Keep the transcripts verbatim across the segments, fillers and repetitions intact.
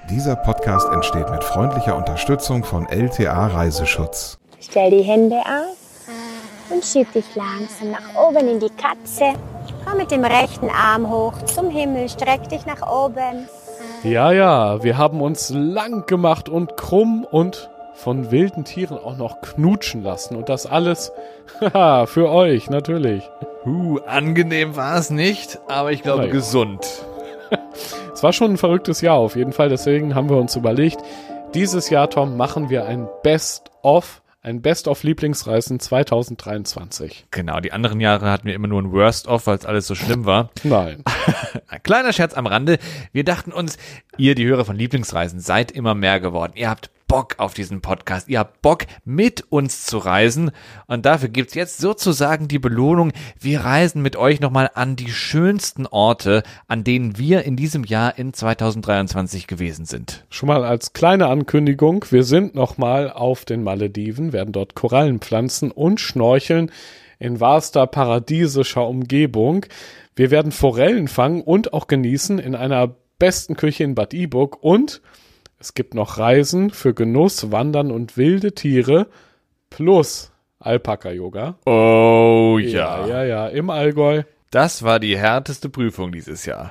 Dieser Podcast entsteht mit freundlicher Unterstützung von L T A Reiseschutz. Stell die Hände auf und schieb dich langsam nach oben in die Katze. Komm mit dem rechten Arm hoch zum Himmel, streck dich nach oben. Ja, ja, wir haben uns lang gemacht und krumm und von wilden Tieren auch noch knutschen lassen. Und das alles, haha, für euch, natürlich. Uh, angenehm war es nicht, aber ich glaube Nein. gesund. Es war schon ein verrücktes Jahr auf jeden Fall, deswegen haben wir uns überlegt, dieses Jahr, Tom, machen wir ein Best-of, ein Best-of-Lieblingsreisen zwanzig dreiundzwanzig. Genau, die anderen Jahre hatten wir immer nur ein Worst-of, weil es alles so schlimm war. Nein. Ein kleiner Scherz am Rande. Wir dachten uns, ihr, die Hörer von Lieblingsreisen, seid immer mehr geworden. Ihr habt Bock auf diesen Podcast. Ihr habt Bock, mit uns zu reisen. Und dafür gibt's jetzt sozusagen die Belohnung. Wir reisen mit euch nochmal an die schönsten Orte, an denen wir in diesem Jahr in zwanzig dreiundzwanzig gewesen sind. Schon mal als kleine Ankündigung, wir sind nochmal auf den Malediven, werden dort Korallen pflanzen und schnorcheln in wahrster paradiesischer Umgebung. Wir werden Forellen fangen und auch genießen in einer besten Küche in Bad Iburg und es gibt noch Reisen für Genuss, Wandern und wilde Tiere plus Alpaka-Yoga. Oh Ja, ja, ja, im Allgäu. Das war die härteste Prüfung dieses Jahr.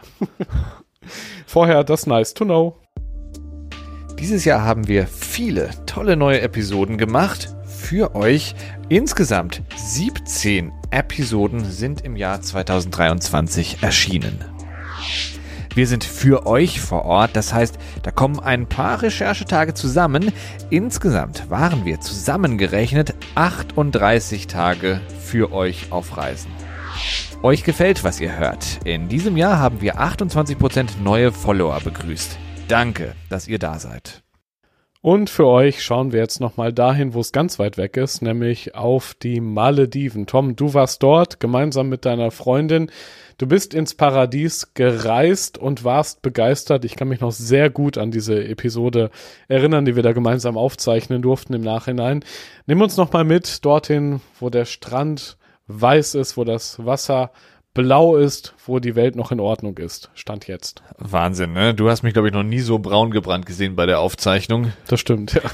Vorher das Nice to Know. Dieses Jahr haben wir viele tolle neue Episoden gemacht für euch. Insgesamt siebzehn Episoden sind im Jahr zwanzig dreiundzwanzig erschienen. Wir sind für euch vor Ort, das heißt, da kommen ein paar Recherchetage zusammen. Insgesamt waren wir zusammengerechnet achtunddreißig Tage für euch auf Reisen. Euch gefällt, was ihr hört. In diesem Jahr haben wir achtundzwanzig Prozent neue Follower begrüßt. Danke, dass ihr da seid. Und für euch schauen wir jetzt nochmal dahin, wo es ganz weit weg ist, nämlich auf die Malediven. Tom, du warst dort gemeinsam mit deiner Freundin. Du bist ins Paradies gereist und warst begeistert. Ich kann mich noch sehr gut an diese Episode erinnern, die wir da gemeinsam aufzeichnen durften im Nachhinein. Nimm uns nochmal mit dorthin, wo der Strand weiß ist, wo das Wasser blau ist, wo die Welt noch in Ordnung ist. Stand jetzt. Wahnsinn, ne? Du hast mich, glaube ich, noch nie so braun gebrannt gesehen bei der Aufzeichnung. Das stimmt, ja.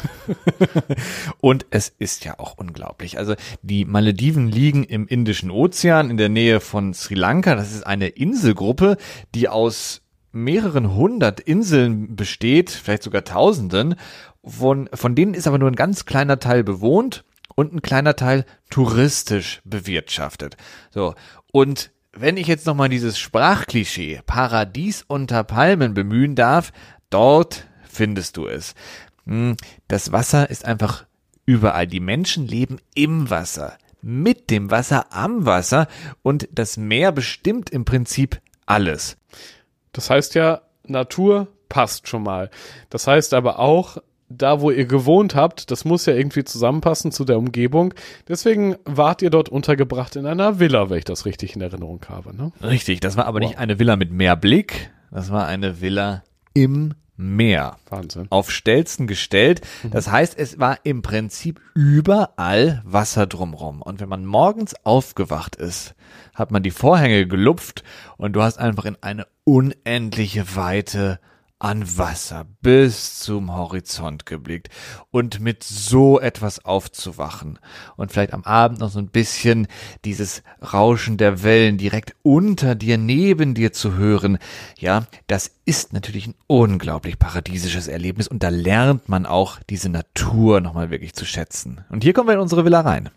Und es ist ja auch unglaublich. Also die Malediven liegen im Indischen Ozean in der Nähe von Sri Lanka. Das ist eine Inselgruppe, die aus mehreren hundert Inseln besteht, vielleicht sogar Tausenden. Von, von denen ist aber nur ein ganz kleiner Teil bewohnt und ein kleiner Teil touristisch bewirtschaftet. So, und wenn ich jetzt nochmal dieses Sprachklischee Paradies unter Palmen bemühen darf, dort findest du es. Das Wasser ist einfach überall. Die Menschen leben im Wasser, mit dem Wasser, am Wasser und das Meer bestimmt im Prinzip alles. Das heißt ja, Natur passt schon mal. Das heißt aber auch, da, wo ihr gewohnt habt, das muss ja irgendwie zusammenpassen zu der Umgebung. Deswegen wart ihr dort untergebracht in einer Villa, wenn ich das richtig in Erinnerung habe, ne? Richtig, das war aber Wow. nicht eine Villa mit Meerblick, das war eine Villa im Meer. Wahnsinn. Auf Stelzen gestellt. Das heißt, es war im Prinzip überall Wasser drumrum. Und wenn man morgens aufgewacht ist, hat man die Vorhänge gelupft und du hast einfach in eine unendliche Weite an Wasser bis zum Horizont geblickt und mit so etwas aufzuwachen und vielleicht am Abend noch so ein bisschen dieses Rauschen der Wellen direkt unter dir, neben dir zu hören, ja, das ist natürlich ein unglaublich paradiesisches Erlebnis und da lernt man auch diese Natur nochmal wirklich zu schätzen. Und hier kommen wir in unsere Villa rein.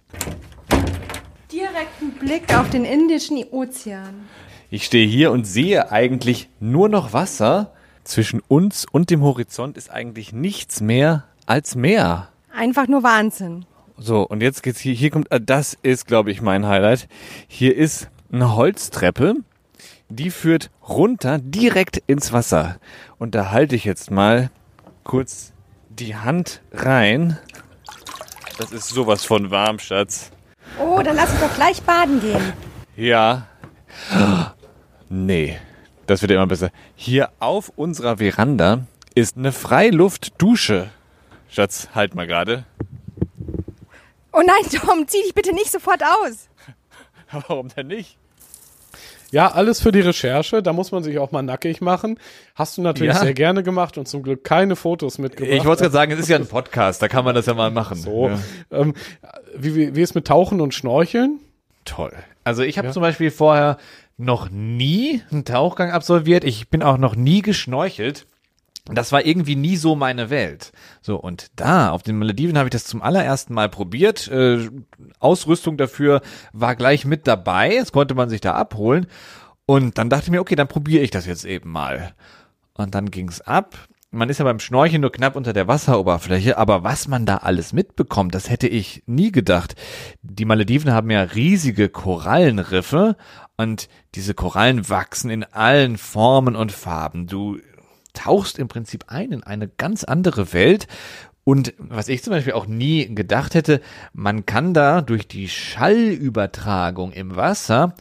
Direkten Blick auf den Indischen Ozean. Ich stehe hier und sehe eigentlich nur noch Wasser. Zwischen uns und dem Horizont ist eigentlich nichts mehr als Meer. Einfach nur Wahnsinn. So, und jetzt geht's hier, hier kommt, das ist, glaube ich, mein Highlight. Hier ist eine Holztreppe, die führt runter direkt ins Wasser. Und da halte ich jetzt mal kurz die Hand rein. Das ist sowas von warm, Schatz. Oh, dann lass uns doch gleich baden gehen. Ja. Nee. Das wird ja immer besser. Hier auf unserer Veranda ist eine Freiluftdusche. Schatz, halt mal gerade. Oh nein, Tom, zieh dich bitte nicht sofort aus. Warum denn nicht? Ja, alles für die Recherche, da muss man sich auch mal nackig machen. Hast du natürlich Ja. sehr gerne gemacht und zum Glück keine Fotos mitgebracht. Ich wollte gerade sagen, es ist ja ein Podcast, da kann man das ja mal machen. So, Ja. ähm, wie, wie, wie ist mit Tauchen und Schnorcheln? Toll. Also ich habe Ja. zum Beispiel vorher noch nie einen Tauchgang absolviert. Ich bin auch noch nie geschnorchelt. Das war irgendwie nie so meine Welt. So, und da, auf den Malediven, habe ich das zum allerersten Mal probiert. Äh, Ausrüstung dafür war gleich mit dabei. Das konnte man sich da abholen. Und dann dachte ich mir, okay, dann probiere ich das jetzt eben mal. Und dann ging's ab. Man ist ja beim Schnorcheln nur knapp unter der Wasseroberfläche, aber was man da alles mitbekommt, das hätte ich nie gedacht. Die Malediven haben ja riesige Korallenriffe und diese Korallen wachsen in allen Formen und Farben. Du tauchst im Prinzip ein in eine ganz andere Welt. Und was ich zum Beispiel auch nie gedacht hätte, man kann da durch die Schallübertragung im Wasser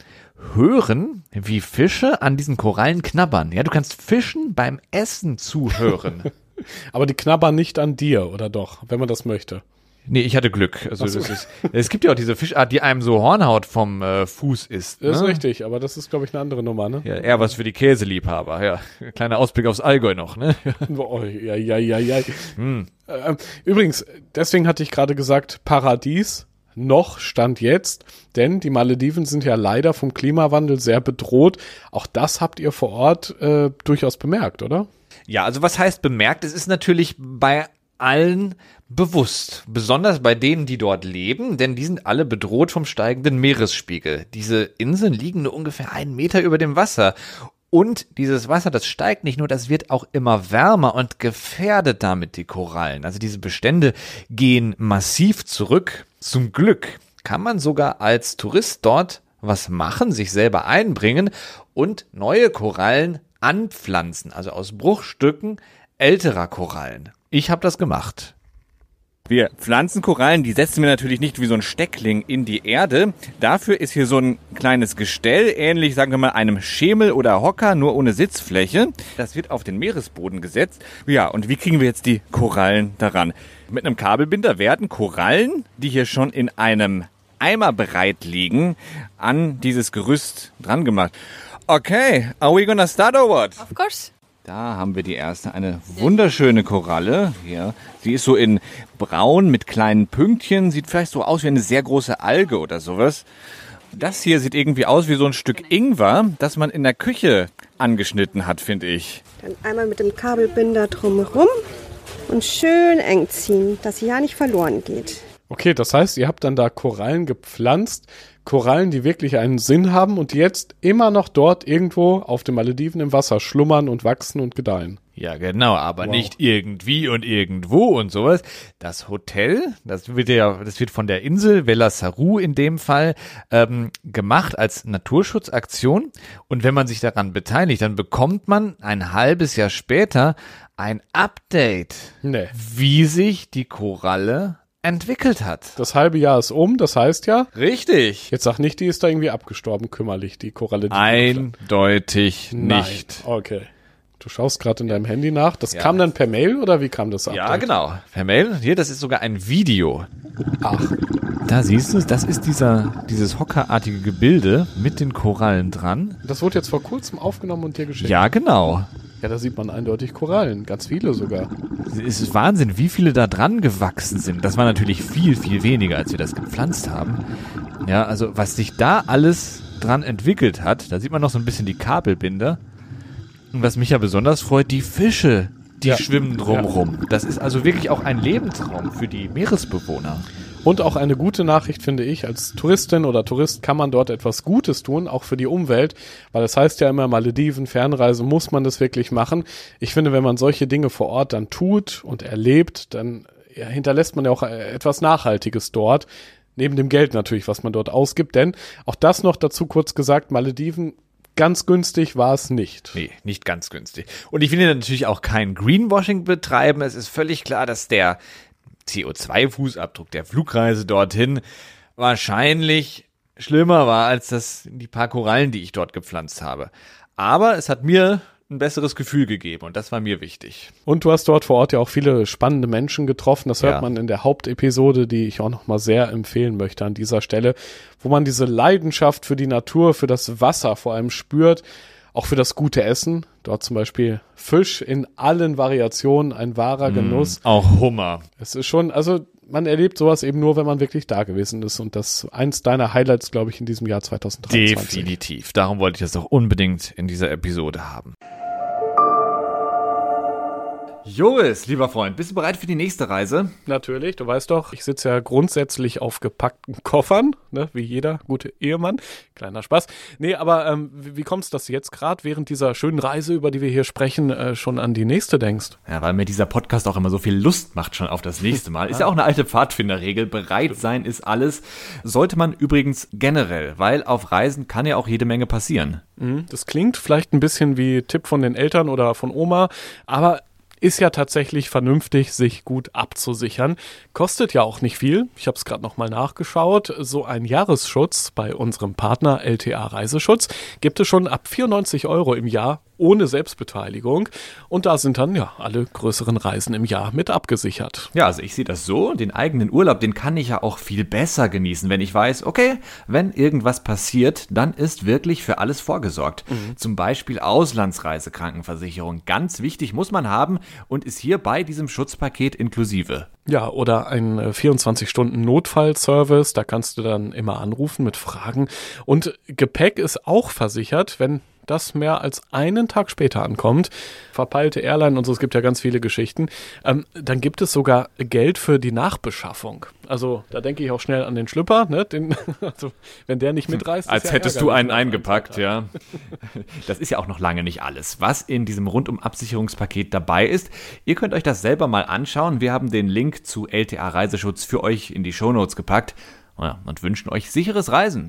hören, wie Fische an diesen Korallen knabbern. Ja, du kannst Fischen beim Essen zuhören. Aber die knabbern nicht an dir, oder doch, wenn man das möchte. Nee, ich hatte Glück. Also Ach so. das ist, es gibt ja auch diese Fischart, die einem so Hornhaut vom äh, Fuß isst. Das ist ne? richtig, aber das ist, glaube ich, eine andere Nummer, ne? Ja, eher was für die Käseliebhaber. Ja, kleiner Ausblick aufs Allgäu noch. Ne? Oh, ja, ja, ja, ja. Hm. Ähm, übrigens, deswegen hatte ich gerade gesagt, Paradies noch Stand jetzt, denn die Malediven sind ja leider vom Klimawandel sehr bedroht. Auch das habt ihr vor Ort äh, durchaus bemerkt, oder? Ja, also was heißt bemerkt? Es ist natürlich bei allen bewusst, besonders bei denen, die dort leben, denn die sind alle bedroht vom steigenden Meeresspiegel. Diese Inseln liegen nur ungefähr einen Meter über dem Wasser. Und dieses Wasser, das steigt nicht nur, das wird auch immer wärmer und gefährdet damit die Korallen. Also diese Bestände gehen massiv zurück. Zum Glück kann man sogar als Tourist dort was machen, sich selber einbringen und neue Korallen anpflanzen, also aus Bruchstücken älterer Korallen. Ich habe das gemacht. Wir pflanzen Korallen, die setzen wir natürlich nicht wie so ein Steckling in die Erde. Dafür ist hier so ein kleines Gestell, ähnlich, sagen wir mal, einem Schemel oder Hocker, nur ohne Sitzfläche. Das wird auf den Meeresboden gesetzt. Ja, und wie kriegen wir jetzt die Korallen daran? Mit einem Kabelbinder werden Korallen, die hier schon in einem Eimer bereit liegen, an dieses Gerüst dran gemacht. Okay, are we gonna start or what? Of course. Da haben wir die erste, eine wunderschöne Koralle. Ja, sie ist so in braun mit kleinen Pünktchen, sieht vielleicht so aus wie eine sehr große Alge oder sowas. Das hier sieht irgendwie aus wie so ein Stück Ingwer, das man in der Küche angeschnitten hat, finde ich. Dann einmal mit dem Kabelbinder drumherum und schön eng ziehen, dass sie ja nicht verloren geht. Okay, das heißt, ihr habt dann da Korallen gepflanzt, Korallen, die wirklich einen Sinn haben und die jetzt immer noch dort irgendwo auf den Malediven im Wasser schlummern und wachsen und gedeihen. Ja, genau, aber Wow. nicht irgendwie und irgendwo und sowas. Das Hotel, das wird ja, das wird von der Insel Vella Saru in dem Fall ähm, gemacht als Naturschutzaktion. Und wenn man sich daran beteiligt, dann bekommt man ein halbes Jahr später ein Update, Nee. wie sich die Koralle entwickelt hat. Das halbe Jahr ist um, das heißt ja, Richtig. jetzt sag nicht, die ist da irgendwie abgestorben, kümmerlich, die Koralle. Die Eindeutig Nein. nicht. Okay. Du schaust gerade in deinem Handy nach. Das Ja. kam dann per Mail oder wie kam das ab? Ja, genau. Per Mail. Hier, das ist sogar ein Video. Ach, Da siehst du es, das ist dieser, dieses hockerartige Gebilde mit den Korallen dran. das wurde jetzt vor kurzem aufgenommen und dir geschickt. Ja, genau. Ja, da sieht man eindeutig Korallen, ganz viele sogar. Es ist Wahnsinn, wie viele da dran gewachsen sind. Das war natürlich viel, viel weniger, als wir das gepflanzt haben. Ja, also was sich da alles dran entwickelt hat, da sieht man noch so ein bisschen die Kabelbinder. Und was mich ja besonders freut, die Fische, die Ja. schwimmen drumherum. Das ist also wirklich auch ein Lebensraum für die Meeresbewohner. Und auch eine gute Nachricht, finde ich, als Touristin oder Tourist kann man dort etwas Gutes tun, auch für die Umwelt, weil das heißt ja immer, Malediven, Fernreise, muss man das wirklich machen. Ich finde, wenn man solche Dinge vor Ort dann tut und erlebt, dann ja, hinterlässt man ja auch äh, etwas Nachhaltiges dort, neben dem Geld natürlich, was man dort ausgibt, denn auch das noch dazu kurz gesagt, Malediven, ganz günstig war es nicht. Nee, nicht ganz günstig. Und ich will hier natürlich auch kein Greenwashing betreiben. Es ist völlig klar, dass der C O zwei Fußabdruck der Flugreise dorthin wahrscheinlich schlimmer war als das, die paar Korallen, die ich dort gepflanzt habe. Aber es hat mir ein besseres Gefühl gegeben und das war mir wichtig. Und du hast dort vor Ort ja auch viele spannende Menschen getroffen. Das hört Ja. man in der Hauptepisode, die ich auch nochmal sehr empfehlen möchte an dieser Stelle, wo man diese Leidenschaft für die Natur, für das Wasser vor allem spürt, auch für das gute Essen. Dort zum Beispiel Fisch in allen Variationen, ein wahrer Genuss. Auch Hummer. Es ist schon, also man erlebt sowas eben nur, wenn man wirklich da gewesen ist. Und das eins deiner Highlights, glaube ich, in diesem Jahr zwanzig dreiundzwanzig. Definitiv. Darum wollte ich das auch unbedingt in dieser Episode haben. Joris, lieber Freund, bist du bereit für die nächste Reise? Natürlich, du weißt doch, ich sitze ja grundsätzlich auf gepackten Koffern, ne, wie jeder gute Ehemann. Kleiner Spaß. Nee, aber ähm, wie, wie kommt es, dass du jetzt gerade während dieser schönen Reise, über die wir hier sprechen, äh, schon an die nächste denkst? Ja, weil mir dieser Podcast auch immer so viel Lust macht schon auf das nächste Mal. Ist ja auch eine alte Pfadfinderregel. Bereit sein ist alles. Sollte man übrigens generell, weil auf Reisen kann ja auch jede Menge passieren. Mhm, das klingt vielleicht ein bisschen wie Tipp von den Eltern oder von Oma, aber ist ja tatsächlich vernünftig, sich gut abzusichern. Kostet ja auch nicht viel. Ich habe es gerade nochmal nachgeschaut. So ein Jahresschutz bei unserem Partner L T A Reiseschutz gibt es schon ab vierundneunzig Euro im Jahr ohne Selbstbeteiligung. Und da sind dann ja alle größeren Reisen im Jahr mit abgesichert. Ja, also ich sehe das so, den eigenen Urlaub, den kann ich ja auch viel besser genießen, wenn ich weiß, okay, wenn irgendwas passiert, dann ist wirklich für alles vorgesorgt. Mhm. Zum Beispiel Auslandsreisekrankenversicherung, ganz wichtig, muss man haben und ist hier bei diesem Schutzpaket inklusive. Ja, oder ein vierundzwanzig Stunden Notfallservice, da kannst du dann immer anrufen mit Fragen. Und Gepäck ist auch versichert, wenn das mehr als einen Tag später ankommt. Verpeilte Airline und so, es gibt ja ganz viele Geschichten. Ähm, dann gibt es sogar Geld für die Nachbeschaffung. Also da denke ich auch schnell an den Schlüpper, ne? Den, also, wenn der nicht mitreißt. Als ist ja hättest du einen ärgerlich, eingepackt, ja. Das ist ja auch noch lange nicht alles, was in diesem Rundum-Absicherungspaket dabei ist. Ihr könnt euch das selber mal anschauen. Wir haben den Link zu L T A Reiseschutz für euch in die Shownotes gepackt und wünschen euch sicheres Reisen.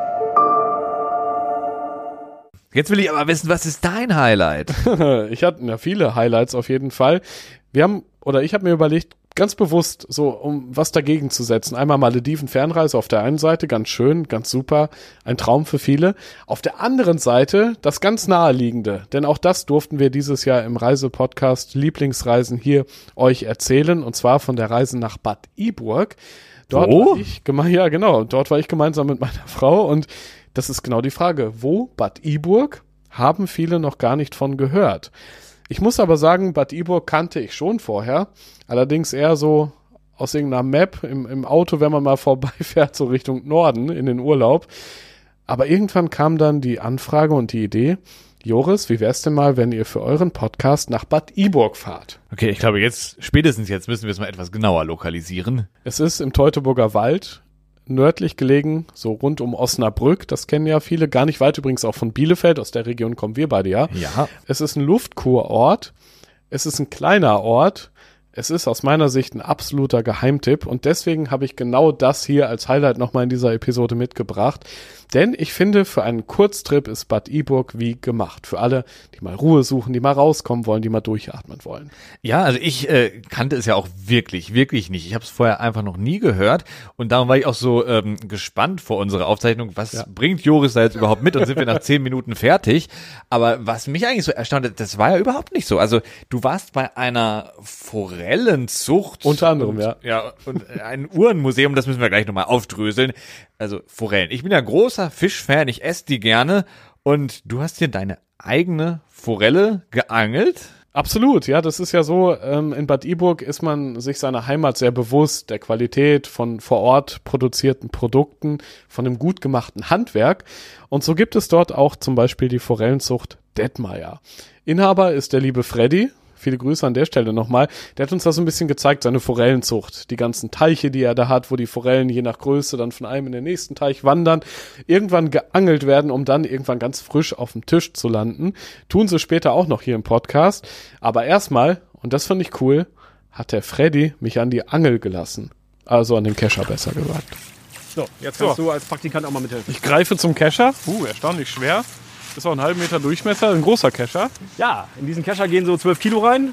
Jetzt will ich aber wissen, was ist dein Highlight? Ich hatte ja viele Highlights auf jeden Fall. Wir haben, oder ich habe mir überlegt, ganz bewusst so, um was dagegen zu setzen. Einmal Malediven-Fernreise auf der einen Seite, ganz schön, ganz super, ein Traum für viele. Auf der anderen Seite das ganz Naheliegende, denn auch das durften wir dieses Jahr im Reisepodcast Lieblingsreisen hier euch erzählen, und zwar von der Reise nach Bad Iburg. Dort Wo? war ich, geme- ja genau, dort war ich gemeinsam mit meiner Frau und das ist genau die Frage, wo Bad Iburg, haben viele noch gar nicht von gehört. Ich muss aber sagen, Bad Iburg kannte ich schon vorher, allerdings eher so aus irgendeiner Map im, im Auto, wenn man mal vorbeifährt, so Richtung Norden in den Urlaub. Aber irgendwann kam dann die Anfrage und die Idee, Joris, wie wär's denn mal, wenn ihr für euren Podcast nach Bad Iburg fahrt? Okay, ich glaube jetzt, spätestens jetzt müssen wir es mal etwas genauer lokalisieren. Es ist im Teutoburger Wald, nördlich gelegen, so rund um Osnabrück, das kennen ja viele, gar nicht weit übrigens auch von Bielefeld, aus der Region kommen wir beide ja. Ja. Es ist ein Luftkurort, es ist ein kleiner Ort, es ist aus meiner Sicht ein absoluter Geheimtipp und deswegen habe ich genau das hier als Highlight nochmal in dieser Episode mitgebracht. Denn ich finde, für einen Kurztrip ist Bad Iburg wie gemacht. Für alle, die mal Ruhe suchen, die mal rauskommen wollen, die mal durchatmen wollen. Ja, also ich äh, kannte es ja auch wirklich, wirklich nicht. Ich habe es vorher einfach noch nie gehört und darum war ich auch so ähm, gespannt vor unserer Aufzeichnung, was Ja. bringt Joris da jetzt überhaupt mit und sind wir nach zehn Minuten fertig. Aber was mich eigentlich so erstaunt hat, das war ja überhaupt nicht so. Also du warst bei einer Forellenzucht. Unter anderem, und, ja. Ja, und ein Uhrenmuseum, das müssen wir gleich nochmal aufdröseln. Also Forellen. Ich bin ja großer Fischfan, ich esse die gerne und du hast hier deine eigene Forelle geangelt? Absolut, ja, das ist ja so, ähm, in Bad Iburg ist man sich seiner Heimat sehr bewusst, der Qualität von vor Ort produzierten Produkten, von dem gut gemachten Handwerk. Und so gibt es dort auch zum Beispiel die Forellenzucht Detmeier. Inhaber ist der liebe Freddy. Viele Grüße an der Stelle nochmal. Der hat uns da so ein bisschen gezeigt, seine Forellenzucht. Die ganzen Teiche, die er da hat, wo die Forellen je nach Größe dann von einem in den nächsten Teich wandern, irgendwann geangelt werden, um dann irgendwann ganz frisch auf dem Tisch zu landen. Tun sie später auch noch hier im Podcast. Aber erstmal, und das fand ich cool, hat der Freddy mich an die Angel gelassen. Also an den Kescher, besser gesagt. So, jetzt kannst So. du als Praktikant auch mal mithelfen. Ich greife zum Kescher. Uh, erstaunlich schwer. Ist auch einen halben Meter Durchmesser, ein großer Kescher. Ja, in diesen Kescher gehen so zwölf Kilo rein.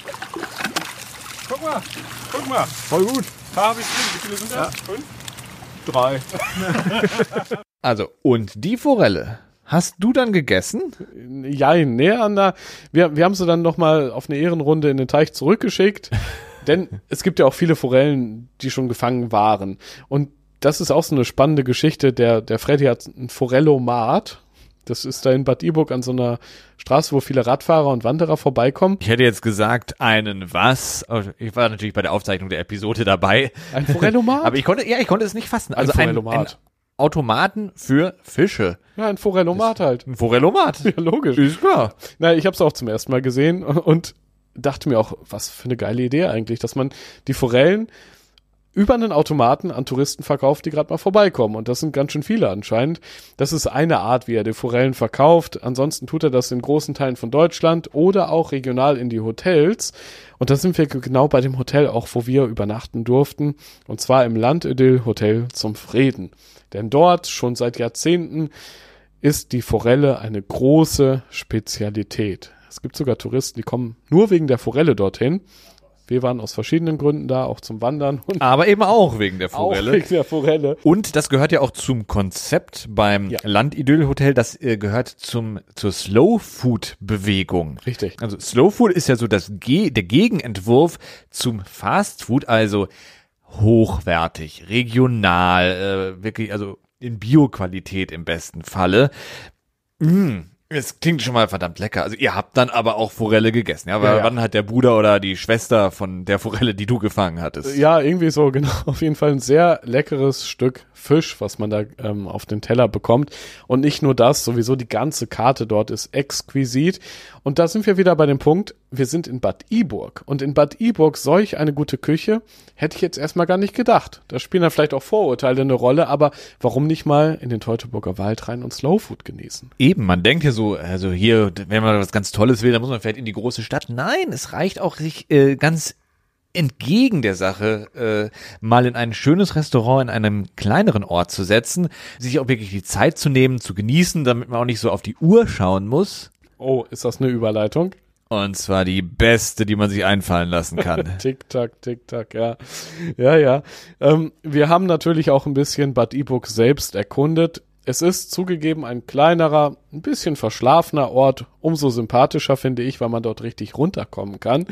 Guck mal, guck mal. Voll gut. Da habe ich drin. Wie viele sind das? Fünf? Drei. Also, und die Forelle Hast du dann gegessen? Jein, näher an der, wir, wir haben sie dann nochmal auf eine Ehrenrunde in den Teich zurückgeschickt, denn es gibt ja auch viele Forellen, die schon gefangen waren. Und das ist auch so eine spannende Geschichte. Der, der Freddy hat ein Forellomat. Das ist da in Bad Iburg an so einer Straße, wo viele Radfahrer und Wanderer vorbeikommen. Ich hätte jetzt gesagt, einen was? Ich war natürlich bei der Aufzeichnung der Episode dabei. Ein Forellomat? Aber ich konnte, ja, ich konnte es nicht fassen. Also ein ein, ein Forellomat. Automaten für Fische. Ja, ein Forellomat halt. Ein Forellomat. Ja, logisch. Ist klar. Na, ich habe es auch zum ersten Mal gesehen und dachte mir auch, was für eine geile Idee eigentlich, dass man die Forellen über einen Automaten an Touristen verkauft, die gerade mal vorbeikommen. Und das sind ganz schön viele anscheinend. Das ist eine Art, wie er die Forellen verkauft. Ansonsten tut er das in großen Teilen von Deutschland oder auch regional in die Hotels. Und da sind wir genau bei dem Hotel auch, wo wir übernachten durften. Und zwar im Landidyll Hotel zum Frieden. Denn dort, schon seit Jahrzehnten, ist die Forelle eine große Spezialität. Es gibt sogar Touristen, die kommen nur wegen der Forelle dorthin. Wir waren aus verschiedenen Gründen da, auch zum Wandern. Und Aber eben auch wegen der Forelle. Auch wegen der Forelle. Und das gehört ja auch zum Konzept beim Ja. Landidyll Hotel. Das äh, gehört zum zur Slow Food Bewegung. Richtig. Also Slow Food ist ja so das Ge- der Gegenentwurf zum Fast Food, also hochwertig, regional, äh, wirklich, also in Bioqualität im besten Falle. Mm. Es klingt schon mal verdammt lecker. Also ihr habt dann aber auch Forelle gegessen, ja? Aber Ja, ja. wann hat der Bruder oder die Schwester von der Forelle, die du gefangen hattest? Ja, irgendwie so, genau. Auf jeden Fall ein sehr leckeres Stück Fisch, was man da ähm, auf den Teller bekommt. Und nicht nur das, sowieso die ganze Karte dort ist exquisit. Und da sind wir wieder bei dem Punkt, wir sind in Bad Iburg. Und in Bad Iburg solch eine gute Küche, hätte ich jetzt erstmal gar nicht gedacht. Da spielen dann vielleicht auch Vorurteile eine Rolle, aber warum nicht mal in den Teutoburger Wald rein und Slow Food genießen? Eben, man denkt ja so, also hier, wenn man was ganz Tolles will, dann muss man vielleicht in die große Stadt. Nein, es reicht auch, sich äh, ganz entgegen der Sache äh, mal in ein schönes Restaurant in einem kleineren Ort zu setzen, sich auch wirklich die Zeit zu nehmen, zu genießen, damit man auch nicht so auf die Uhr schauen muss. Oh, ist das eine Überleitung? Und zwar die beste, die man sich einfallen lassen kann. Tick-Tack, Tick-Tack, ja. Ja, ja. Ähm, wir haben natürlich auch ein bisschen Bad Iburg selbst erkundet. Es ist zugegeben ein kleinerer, ein bisschen verschlafener Ort. Umso sympathischer finde ich, weil man dort richtig runterkommen kann.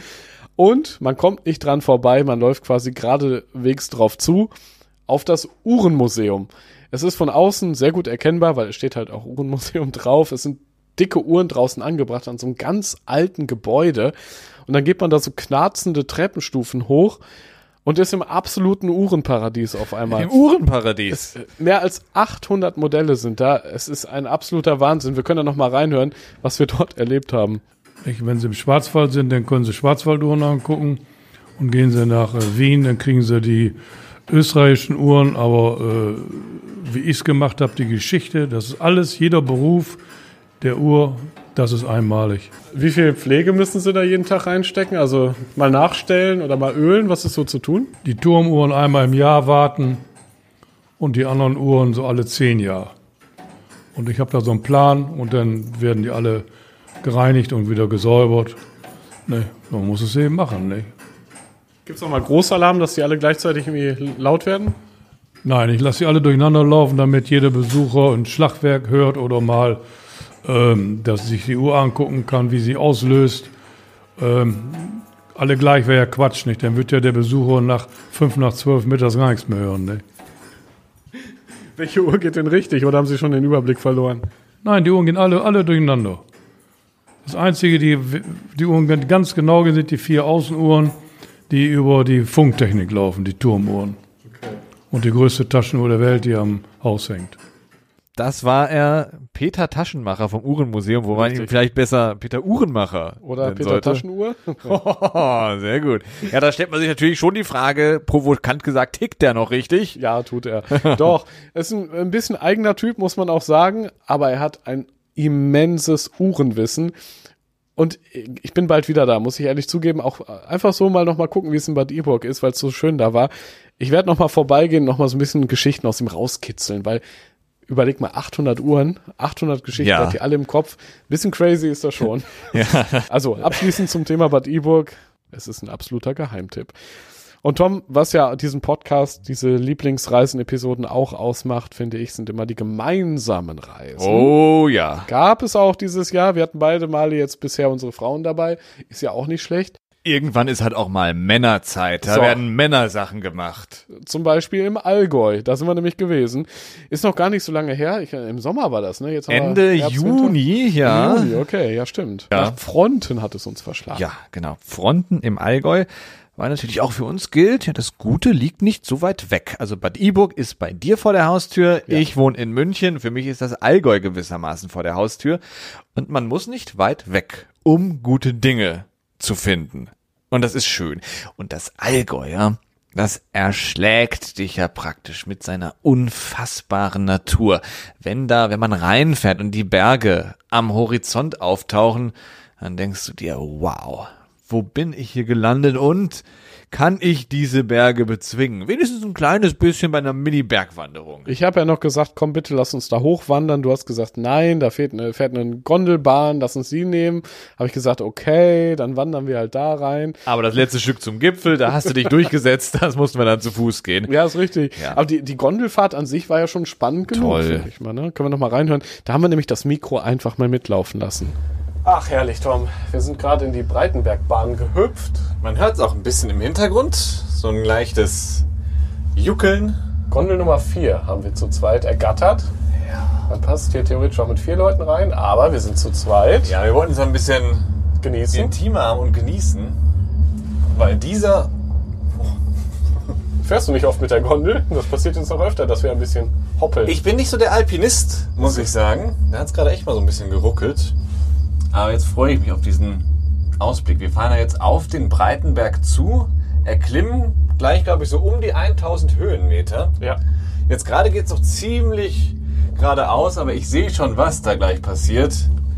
Und man kommt nicht dran vorbei, man läuft quasi geradewegs drauf zu, auf das Uhrenmuseum. Es ist von außen sehr gut erkennbar, weil es steht halt auch Uhrenmuseum drauf. Es sind dicke Uhren draußen angebracht an so einem ganz alten Gebäude. Und dann geht man da so knarzende Treppenstufen hoch und ist im absoluten Uhrenparadies auf einmal. Im Uhrenparadies. Es, mehr als achthundert Modelle sind da. Es ist ein absoluter Wahnsinn. Wir können da noch mal reinhören, was wir dort erlebt haben. Ich, wenn Sie im Schwarzwald sind, dann können Sie Schwarzwalduhren angucken. Und gehen Sie nach äh, Wien, dann kriegen Sie die österreichischen Uhren. Aber äh, wie ich es gemacht habe, die Geschichte, das ist alles, jeder Beruf der Uhr, das ist einmalig. Wie viel Pflege müssen Sie da jeden Tag reinstecken? Also mal nachstellen oder mal ölen? Was ist so zu tun? Die Turmuhren einmal im Jahr warten und die anderen Uhren so alle zehn Jahre. Und ich habe da so einen Plan und dann werden die alle gereinigt und wieder gesäubert. Ne, man muss es eben machen. Ne? Gibt es auch mal Großalarm, dass die alle gleichzeitig irgendwie laut werden? Nein, ich lasse sie alle durcheinander laufen, damit jeder Besucher ein Schlagwerk hört oder mal, ähm, dass sich die Uhr angucken kann, wie sie auslöst. Ähm, alle gleich wäre ja Quatsch, nicht? Dann wird ja der Besucher nach fünf nach zwölf mittags gar nichts mehr hören. Ne? Welche Uhr geht denn richtig oder haben Sie schon den Überblick verloren? Nein, die Uhren gehen alle, alle durcheinander. Das Einzige, die, die Uhren ganz genau gehen, sind die vier Außenuhren, die über die Funktechnik laufen, die Turmuhren. Okay. Und die größte Taschenuhr der Welt, die am Haus hängt. Das war er, Peter Taschenmacher vom Uhrenmuseum, wo man ihn vielleicht besser Peter Uhrenmacher oder nennen Peter sollte. Taschenuhr. Oh, sehr gut. Ja, da stellt man sich natürlich schon die Frage, provokant gesagt, tickt der noch richtig? Ja, tut er. Doch, ist ein, ein bisschen eigener Typ, muss man auch sagen, aber er hat ein immenses Uhrenwissen. Und ich bin bald wieder da, muss ich ehrlich zugeben. Auch einfach so mal nochmal gucken, wie es in Bad Iburg ist, weil es so schön da war. Ich werde nochmal vorbeigehen, nochmal so ein bisschen Geschichten aus ihm rauskitzeln, weil überleg mal, achthundert Uhren, achthundert Geschichten, Ja. hat die alle im Kopf. Bisschen crazy ist das schon. Ja. Also abschließend zum Thema Bad Iburg. Es ist ein absoluter Geheimtipp. Und Tom, was ja diesen Podcast, diese Lieblingsreisen-Episoden auch ausmacht, finde ich, sind immer die gemeinsamen Reisen. Oh ja. Gab es auch dieses Jahr. Wir hatten beide Male jetzt bisher unsere Frauen dabei. Ist ja auch nicht schlecht. Irgendwann ist halt auch mal Männerzeit. Da So. werden Männersachen gemacht. Zum Beispiel im Allgäu. Da sind wir nämlich gewesen. Ist noch gar nicht so lange her. Ich, Im Sommer war das, ne? Jetzt haben wir Ende Herbst, Juni, Winter. ja. Im Juni, okay, ja, stimmt. Ja. Nach Fronten hat es uns verschlagen. Ja, genau. Fronten im Allgäu. Weil natürlich auch für uns gilt, ja, das Gute liegt nicht so weit weg. Also Bad Iburg ist bei dir vor der Haustür, Ja. ich wohne in München, für mich ist das Allgäu gewissermaßen vor der Haustür. Und man muss nicht weit weg, um gute Dinge zu finden. Und das ist schön. Und das Allgäu, ja, das erschlägt dich ja praktisch mit seiner unfassbaren Natur. Wenn da, wenn man reinfährt und die Berge am Horizont auftauchen, dann denkst du dir, wow, wo bin ich hier gelandet und kann ich diese Berge bezwingen? Wenigstens ein kleines bisschen bei einer Mini-Bergwanderung. Ich habe ja noch gesagt, komm bitte, lass uns da hochwandern. Du hast gesagt, nein, da fährt eine, fährt eine Gondelbahn, lass uns die nehmen. Habe ich gesagt, okay, dann wandern wir halt da rein. Aber das letzte Stück zum Gipfel, da hast du dich durchgesetzt, das mussten wir dann zu Fuß gehen. Ja, ist richtig. Ja. Aber die, die Gondelfahrt an sich war ja schon spannend genug, Toll. finde ich mal. Ne? Können wir noch mal reinhören. Da haben wir nämlich das Mikro einfach mal mitlaufen lassen. Ach, herrlich, Tom. Wir sind gerade in die Breitenbergbahn gehüpft. Man hört es auch ein bisschen im Hintergrund. So ein leichtes Juckeln. Gondel Nummer vier haben wir zu zweit ergattert. Ja. Man passt hier theoretisch auch mit vier Leuten rein, aber wir sind zu zweit. Ja, wir wollten es ein bisschen Genießen. intimer haben und genießen. Weil dieser... Fährst du nicht oft mit der Gondel? Das passiert uns noch öfter, dass wir ein bisschen hoppeln. Ich bin nicht so der Alpinist, muss ich sagen. Da hat es gerade echt mal so ein bisschen geruckelt. Aber jetzt freue ich mich auf diesen Ausblick. Wir fahren ja jetzt auf den Breitenberg zu, erklimmen gleich, glaube ich, so um die tausend Höhenmeter. Ja. Jetzt gerade geht es noch ziemlich geradeaus, aber ich sehe schon, was da gleich passiert.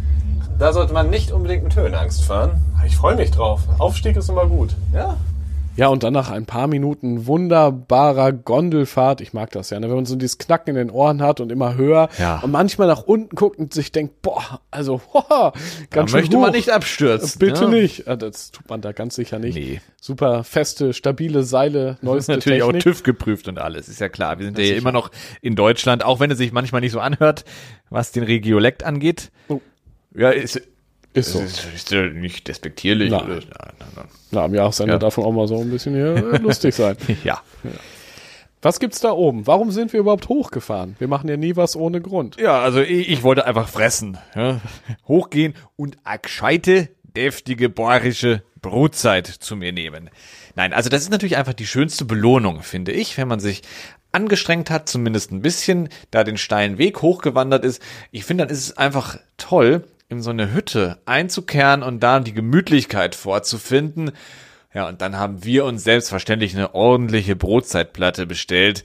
Da sollte man nicht unbedingt mit Höhenangst fahren. Ich freue mich drauf. Aufstieg ist immer gut. Ja. Ja, und dann nach ein paar Minuten wunderbarer Gondelfahrt. Ich mag das ja, ne? Wenn man so dieses Knacken in den Ohren hat und immer höher Ja. und manchmal nach unten guckt und sich denkt, boah, also, hoha, ganz Da schön möchte hoch. man nicht abstürzen. Bitte ja. nicht. Ah, das tut man da ganz sicher nicht. Nee. Super feste, stabile Seile, neueste Natürlich Technik. auch TÜV geprüft und alles, ist ja klar. Wir sind ja, sicher. immer noch in Deutschland, auch wenn es sich manchmal nicht so anhört, was den Regiolekt angeht. Oh. Ja, ist, Ist so. ist, ist ja nicht despektierlich. Nein. Oder, nein, nein, nein. Na, am Jahresende Ja. darf man auch mal so ein bisschen hier lustig sein. Ja. Was gibt's da oben? Warum sind wir überhaupt hochgefahren? Wir machen ja nie was ohne Grund. Ja, also ich, ich wollte einfach fressen. Ja. Hochgehen und eine gescheite, deftige, bayerische Brotzeit zu mir nehmen. Nein, also das ist natürlich einfach die schönste Belohnung, finde ich, wenn man sich angestrengt hat, zumindest ein bisschen, da den steilen Weg hochgewandert ist. Ich finde, dann ist es einfach toll, in so eine Hütte einzukehren und da die Gemütlichkeit vorzufinden. Ja, und dann haben wir uns selbstverständlich eine ordentliche Brotzeitplatte bestellt,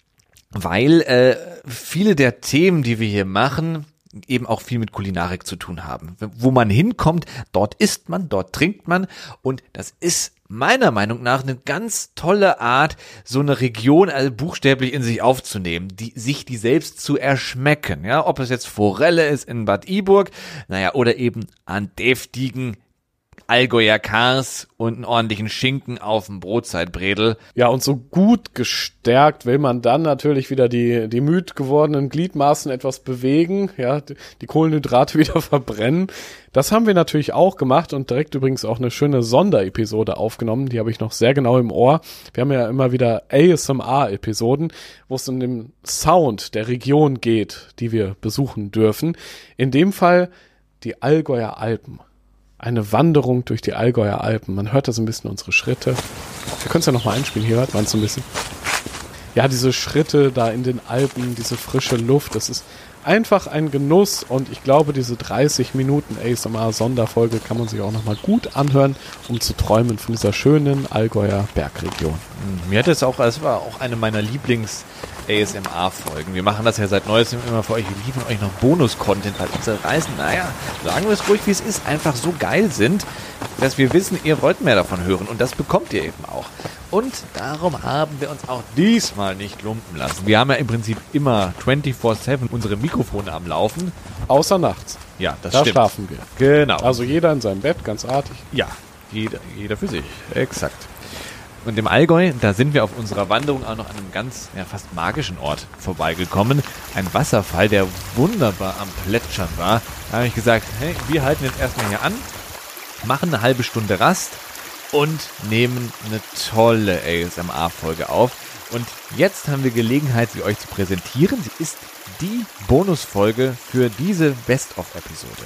weil äh, viele der Themen, die wir hier machen, eben auch viel mit Kulinarik zu tun haben. Wo man hinkommt, dort isst man, dort trinkt man und das ist meiner Meinung nach eine ganz tolle Art, so eine Region also buchstäblich in sich aufzunehmen, die sich die selbst zu erschmecken. Ja, ob es jetzt Forelle ist in Bad Iburg, naja, oder eben an deftigen Allgäuer Kars und einen ordentlichen Schinken auf dem Brotzeitbredel. Ja, und so gut gestärkt will man dann natürlich wieder die, die müd gewordenen Gliedmaßen etwas bewegen, ja, die, die Kohlenhydrate wieder verbrennen. Das haben wir natürlich auch gemacht und direkt übrigens auch eine schöne Sonderepisode aufgenommen, die habe ich noch sehr genau im Ohr. Wir haben ja immer wieder A S M R-Episoden, wo es um den Sound der Region geht, die wir besuchen dürfen. In dem Fall die Allgäuer Alpen. Eine Wanderung durch die Allgäuer Alpen. Man hört da so ein bisschen unsere Schritte. Wir können es ja nochmal einspielen. Hier hört man es so ein bisschen. Ja, diese Schritte da in den Alpen, diese frische Luft, das ist einfach ein Genuss. Und ich glaube, diese dreißig Minuten A S M R-Sonderfolge kann man sich auch nochmal gut anhören, um zu träumen von dieser schönen Allgäuer Bergregion. Mir hat es auch, es war auch eine meiner Lieblings- A S M R-Folgen. Wir machen das ja seit Neuestem immer für euch. Wir liefern euch noch Bonus-Content, weil unsere Reisen, naja, sagen wir es ruhig, wie es ist, einfach so geil sind, dass wir wissen, ihr wollt mehr davon hören und das bekommt ihr eben auch. Und darum haben wir uns auch diesmal nicht lumpen lassen. Wir haben ja im Prinzip immer vierundzwanzig sieben unsere Mikrofone am Laufen. Außer nachts. Ja, das Da stimmt. schlafen wir. Genau. Also jeder in seinem Bett, ganz artig. Ja, jeder, jeder für sich. Exakt. Und im Allgäu, da sind wir auf unserer Wanderung auch noch an einem ganz, ja, fast magischen Ort vorbeigekommen. Ein Wasserfall, der wunderbar am Plätschern war. Da habe ich gesagt, hey, wir halten jetzt erstmal hier an, machen eine halbe Stunde Rast und nehmen eine tolle A S M R-Folge auf. Und jetzt haben wir Gelegenheit, sie euch zu präsentieren. Sie ist die Bonusfolge für diese Best-of-Episode.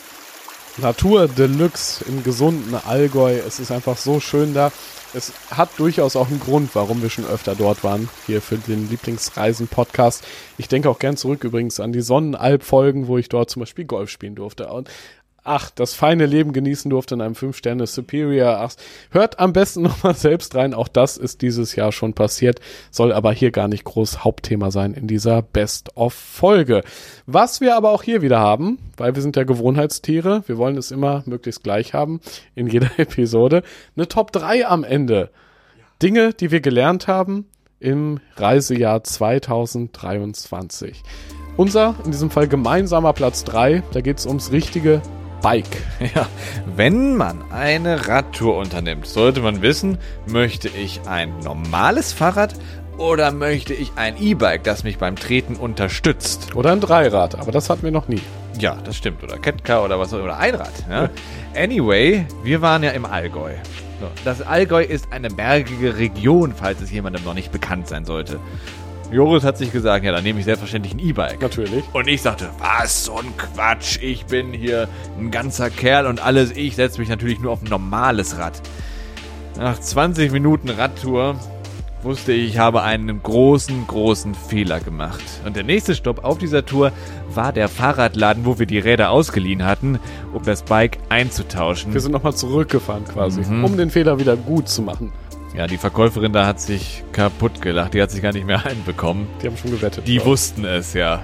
Natur Deluxe im gesunden Allgäu. Es ist einfach so schön da. Es hat durchaus auch einen Grund, warum wir schon öfter dort waren, hier für den Lieblingsreisen-Podcast. Ich denke auch gern zurück übrigens an die Sonnenalb-Folgen, wo ich dort zum Beispiel Golf spielen durfte. Und ach, das feine Leben genießen durfte in einem fünf Sterne Superior. Ach, hört am besten nochmal selbst rein. Auch das ist dieses Jahr schon passiert, soll aber hier gar nicht groß Hauptthema sein in dieser Best-of-Folge. Was wir aber auch hier wieder haben, weil wir sind ja Gewohnheitstiere, wir wollen es immer möglichst gleich haben in jeder Episode, eine Top drei am Ende. Dinge, die wir gelernt haben im Reisejahr zweitausenddreiundzwanzig. Unser, in diesem Fall gemeinsamer Platz drei, da geht es ums richtige Bike. Ja, wenn man eine Radtour unternimmt, sollte man wissen, möchte ich ein normales Fahrrad oder möchte ich ein E-Bike, das mich beim Treten unterstützt? Oder ein Dreirad, aber das hatten wir noch nie. Ja, das stimmt. Oder Kettcar oder was, oder Einrad. Ja. Anyway, wir waren ja im Allgäu. So, das Allgäu ist eine bergige Region, falls es jemandem noch nicht bekannt sein sollte. Joris hat sich gesagt, ja, dann nehme ich selbstverständlich ein E-Bike. Natürlich. Und ich sagte, was, so ein Quatsch, ich bin hier ein ganzer Kerl und alles, ich setze mich natürlich nur auf ein normales Rad. Nach zwanzig Minuten Radtour wusste ich, ich habe einen großen, großen Fehler gemacht. Und der nächste Stopp auf dieser Tour war der Fahrradladen, wo wir die Räder ausgeliehen hatten, um das Bike einzutauschen. Wir sind nochmal zurückgefahren quasi, Mhm. um den Fehler wieder gut zu machen. Ja, die Verkäuferin da hat sich kaputt gelacht. Die hat sich gar nicht mehr einbekommen. Die haben schon gewettet. Die wussten es, ja.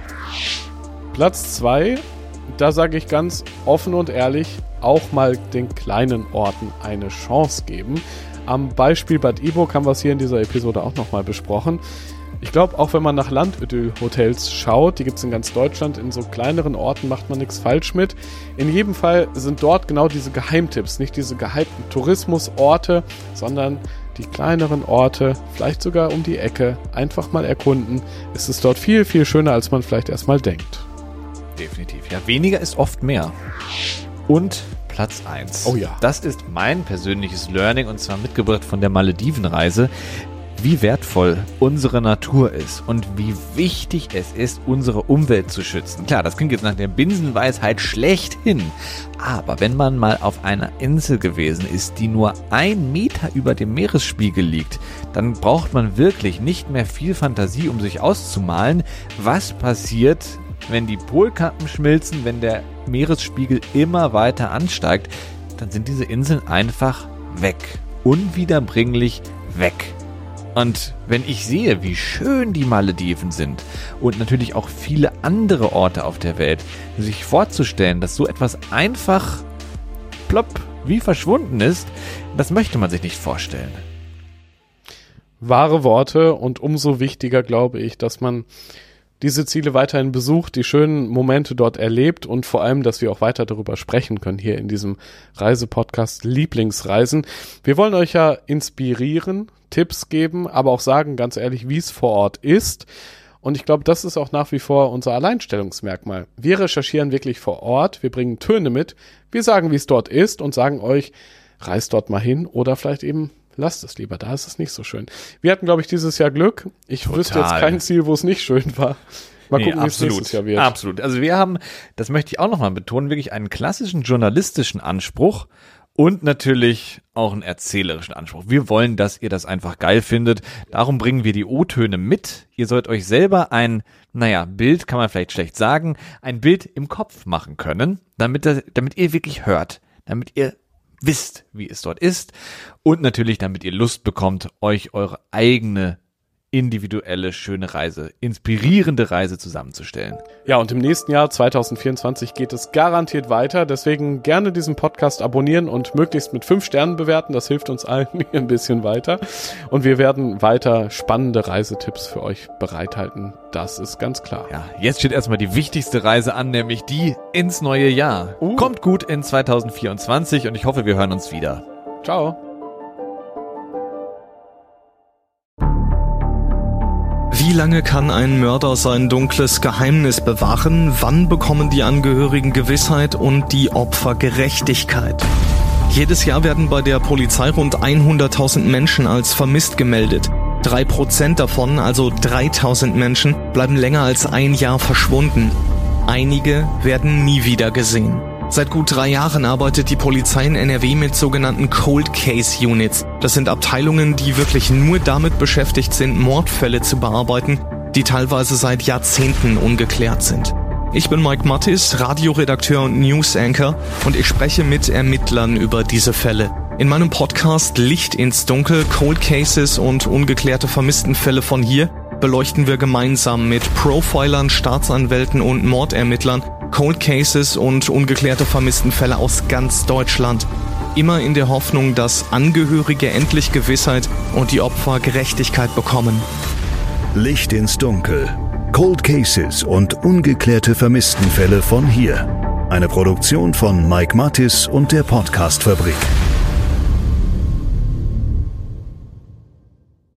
Platz zwei, da sage ich ganz offen und ehrlich, auch mal den kleinen Orten eine Chance geben. Am Beispiel Bad Iburg haben wir es hier in dieser Episode auch nochmal besprochen. Ich glaube, auch wenn man nach Landidyll-Hotels schaut, die gibt es in ganz Deutschland, in so kleineren Orten macht man nichts falsch mit. In jedem Fall sind dort genau diese Geheimtipps, nicht diese gehypten Tourismusorte, sondern die kleineren Orte, vielleicht sogar um die Ecke, einfach mal erkunden. Es ist dort viel, viel schöner, als man vielleicht erstmal denkt. Definitiv. Ja, weniger ist oft mehr. Und Platz eins. Oh ja. Das ist mein persönliches Learning und zwar mitgebracht von der Maledivenreise. Wie wertvoll unsere Natur ist und wie wichtig es ist, unsere Umwelt zu schützen. Klar, das klingt jetzt nach der Binsenweisheit schlechthin. Aber wenn man mal auf einer Insel gewesen ist, die nur ein Meter über dem Meeresspiegel liegt, dann braucht man wirklich nicht mehr viel Fantasie, um sich auszumalen, was passiert, wenn die Polkappen schmilzen, wenn der Meeresspiegel immer weiter ansteigt. Dann sind diese Inseln einfach weg. Unwiederbringlich weg. Und wenn ich sehe, wie schön die Malediven sind und natürlich auch viele andere Orte auf der Welt, sich vorzustellen, dass so etwas einfach plopp wie verschwunden ist, das möchte man sich nicht vorstellen. Wahre Worte und umso wichtiger glaube ich, dass man diese Ziele weiterhin besucht, die schönen Momente dort erlebt und vor allem, dass wir auch weiter darüber sprechen können hier in diesem Reisepodcast Lieblingsreisen. Wir wollen euch ja inspirieren, Tipps geben, aber auch sagen, ganz ehrlich, wie es vor Ort ist. Und ich glaube, das ist auch nach wie vor unser Alleinstellungsmerkmal. Wir recherchieren wirklich vor Ort, wir bringen Töne mit, wir sagen, wie es dort ist und sagen euch, reist dort mal hin oder vielleicht eben lasst es lieber, da ist es nicht so schön. Wir hatten, glaube ich, dieses Jahr Glück. Ich Total. wüsste jetzt kein Ziel, wo es nicht schön war. Mal gucken, Nee, wie es nächstes Jahr wird. Absolut. Also wir haben, das möchte ich auch nochmal betonen, wirklich einen klassischen journalistischen Anspruch und natürlich auch einen erzählerischen Anspruch. Wir wollen, dass ihr das einfach geil findet. Darum bringen wir die O-Töne mit. Ihr sollt euch selber ein, naja, Bild kann man vielleicht schlecht sagen, ein Bild im Kopf machen können, damit, das, damit ihr wirklich hört, damit ihr wisst, wie es dort ist und natürlich, damit ihr Lust bekommt, euch eure eigene individuelle, schöne Reise, inspirierende Reise zusammenzustellen. Ja, und im nächsten Jahr zwanzig vierundzwanzig geht es garantiert weiter. Deswegen gerne diesen Podcast abonnieren und möglichst mit fünf Sternen bewerten. Das hilft uns allen hier ein bisschen weiter. Und wir werden weiter spannende Reisetipps für euch bereithalten. Das ist ganz klar. Ja, jetzt steht erstmal die wichtigste Reise an, nämlich die ins neue Jahr. Uh. Kommt gut in zwanzig vierundzwanzig und ich hoffe, wir hören uns wieder. Ciao. Wie lange kann ein Mörder sein dunkles Geheimnis bewahren? Wann bekommen die Angehörigen Gewissheit und die Opfer Gerechtigkeit? Jedes Jahr werden bei der Polizei rund hunderttausend Menschen als vermisst gemeldet. Drei Prozent davon, also dreitausend Menschen, bleiben länger als ein Jahr verschwunden. Einige werden nie wieder gesehen. Seit gut drei Jahren arbeitet die Polizei in N R W mit sogenannten Cold Case Units. Das sind Abteilungen, die wirklich nur damit beschäftigt sind, Mordfälle zu bearbeiten, die teilweise seit Jahrzehnten ungeklärt sind. Ich bin Mike Mattis, Radioredakteur und News Anchor, und ich spreche mit Ermittlern über diese Fälle. In meinem Podcast Licht ins Dunkel, Cold Cases und ungeklärte Vermisstenfälle von hier beleuchten wir gemeinsam mit Profilern, Staatsanwälten und Mordermittlern Cold Cases und ungeklärte Vermisstenfälle aus ganz Deutschland. Immer in der Hoffnung, dass Angehörige endlich Gewissheit und die Opfer Gerechtigkeit bekommen. Licht ins Dunkel. Cold Cases und ungeklärte Vermisstenfälle von hier. Eine Produktion von Mike Mattis und der Podcast-Fabrik.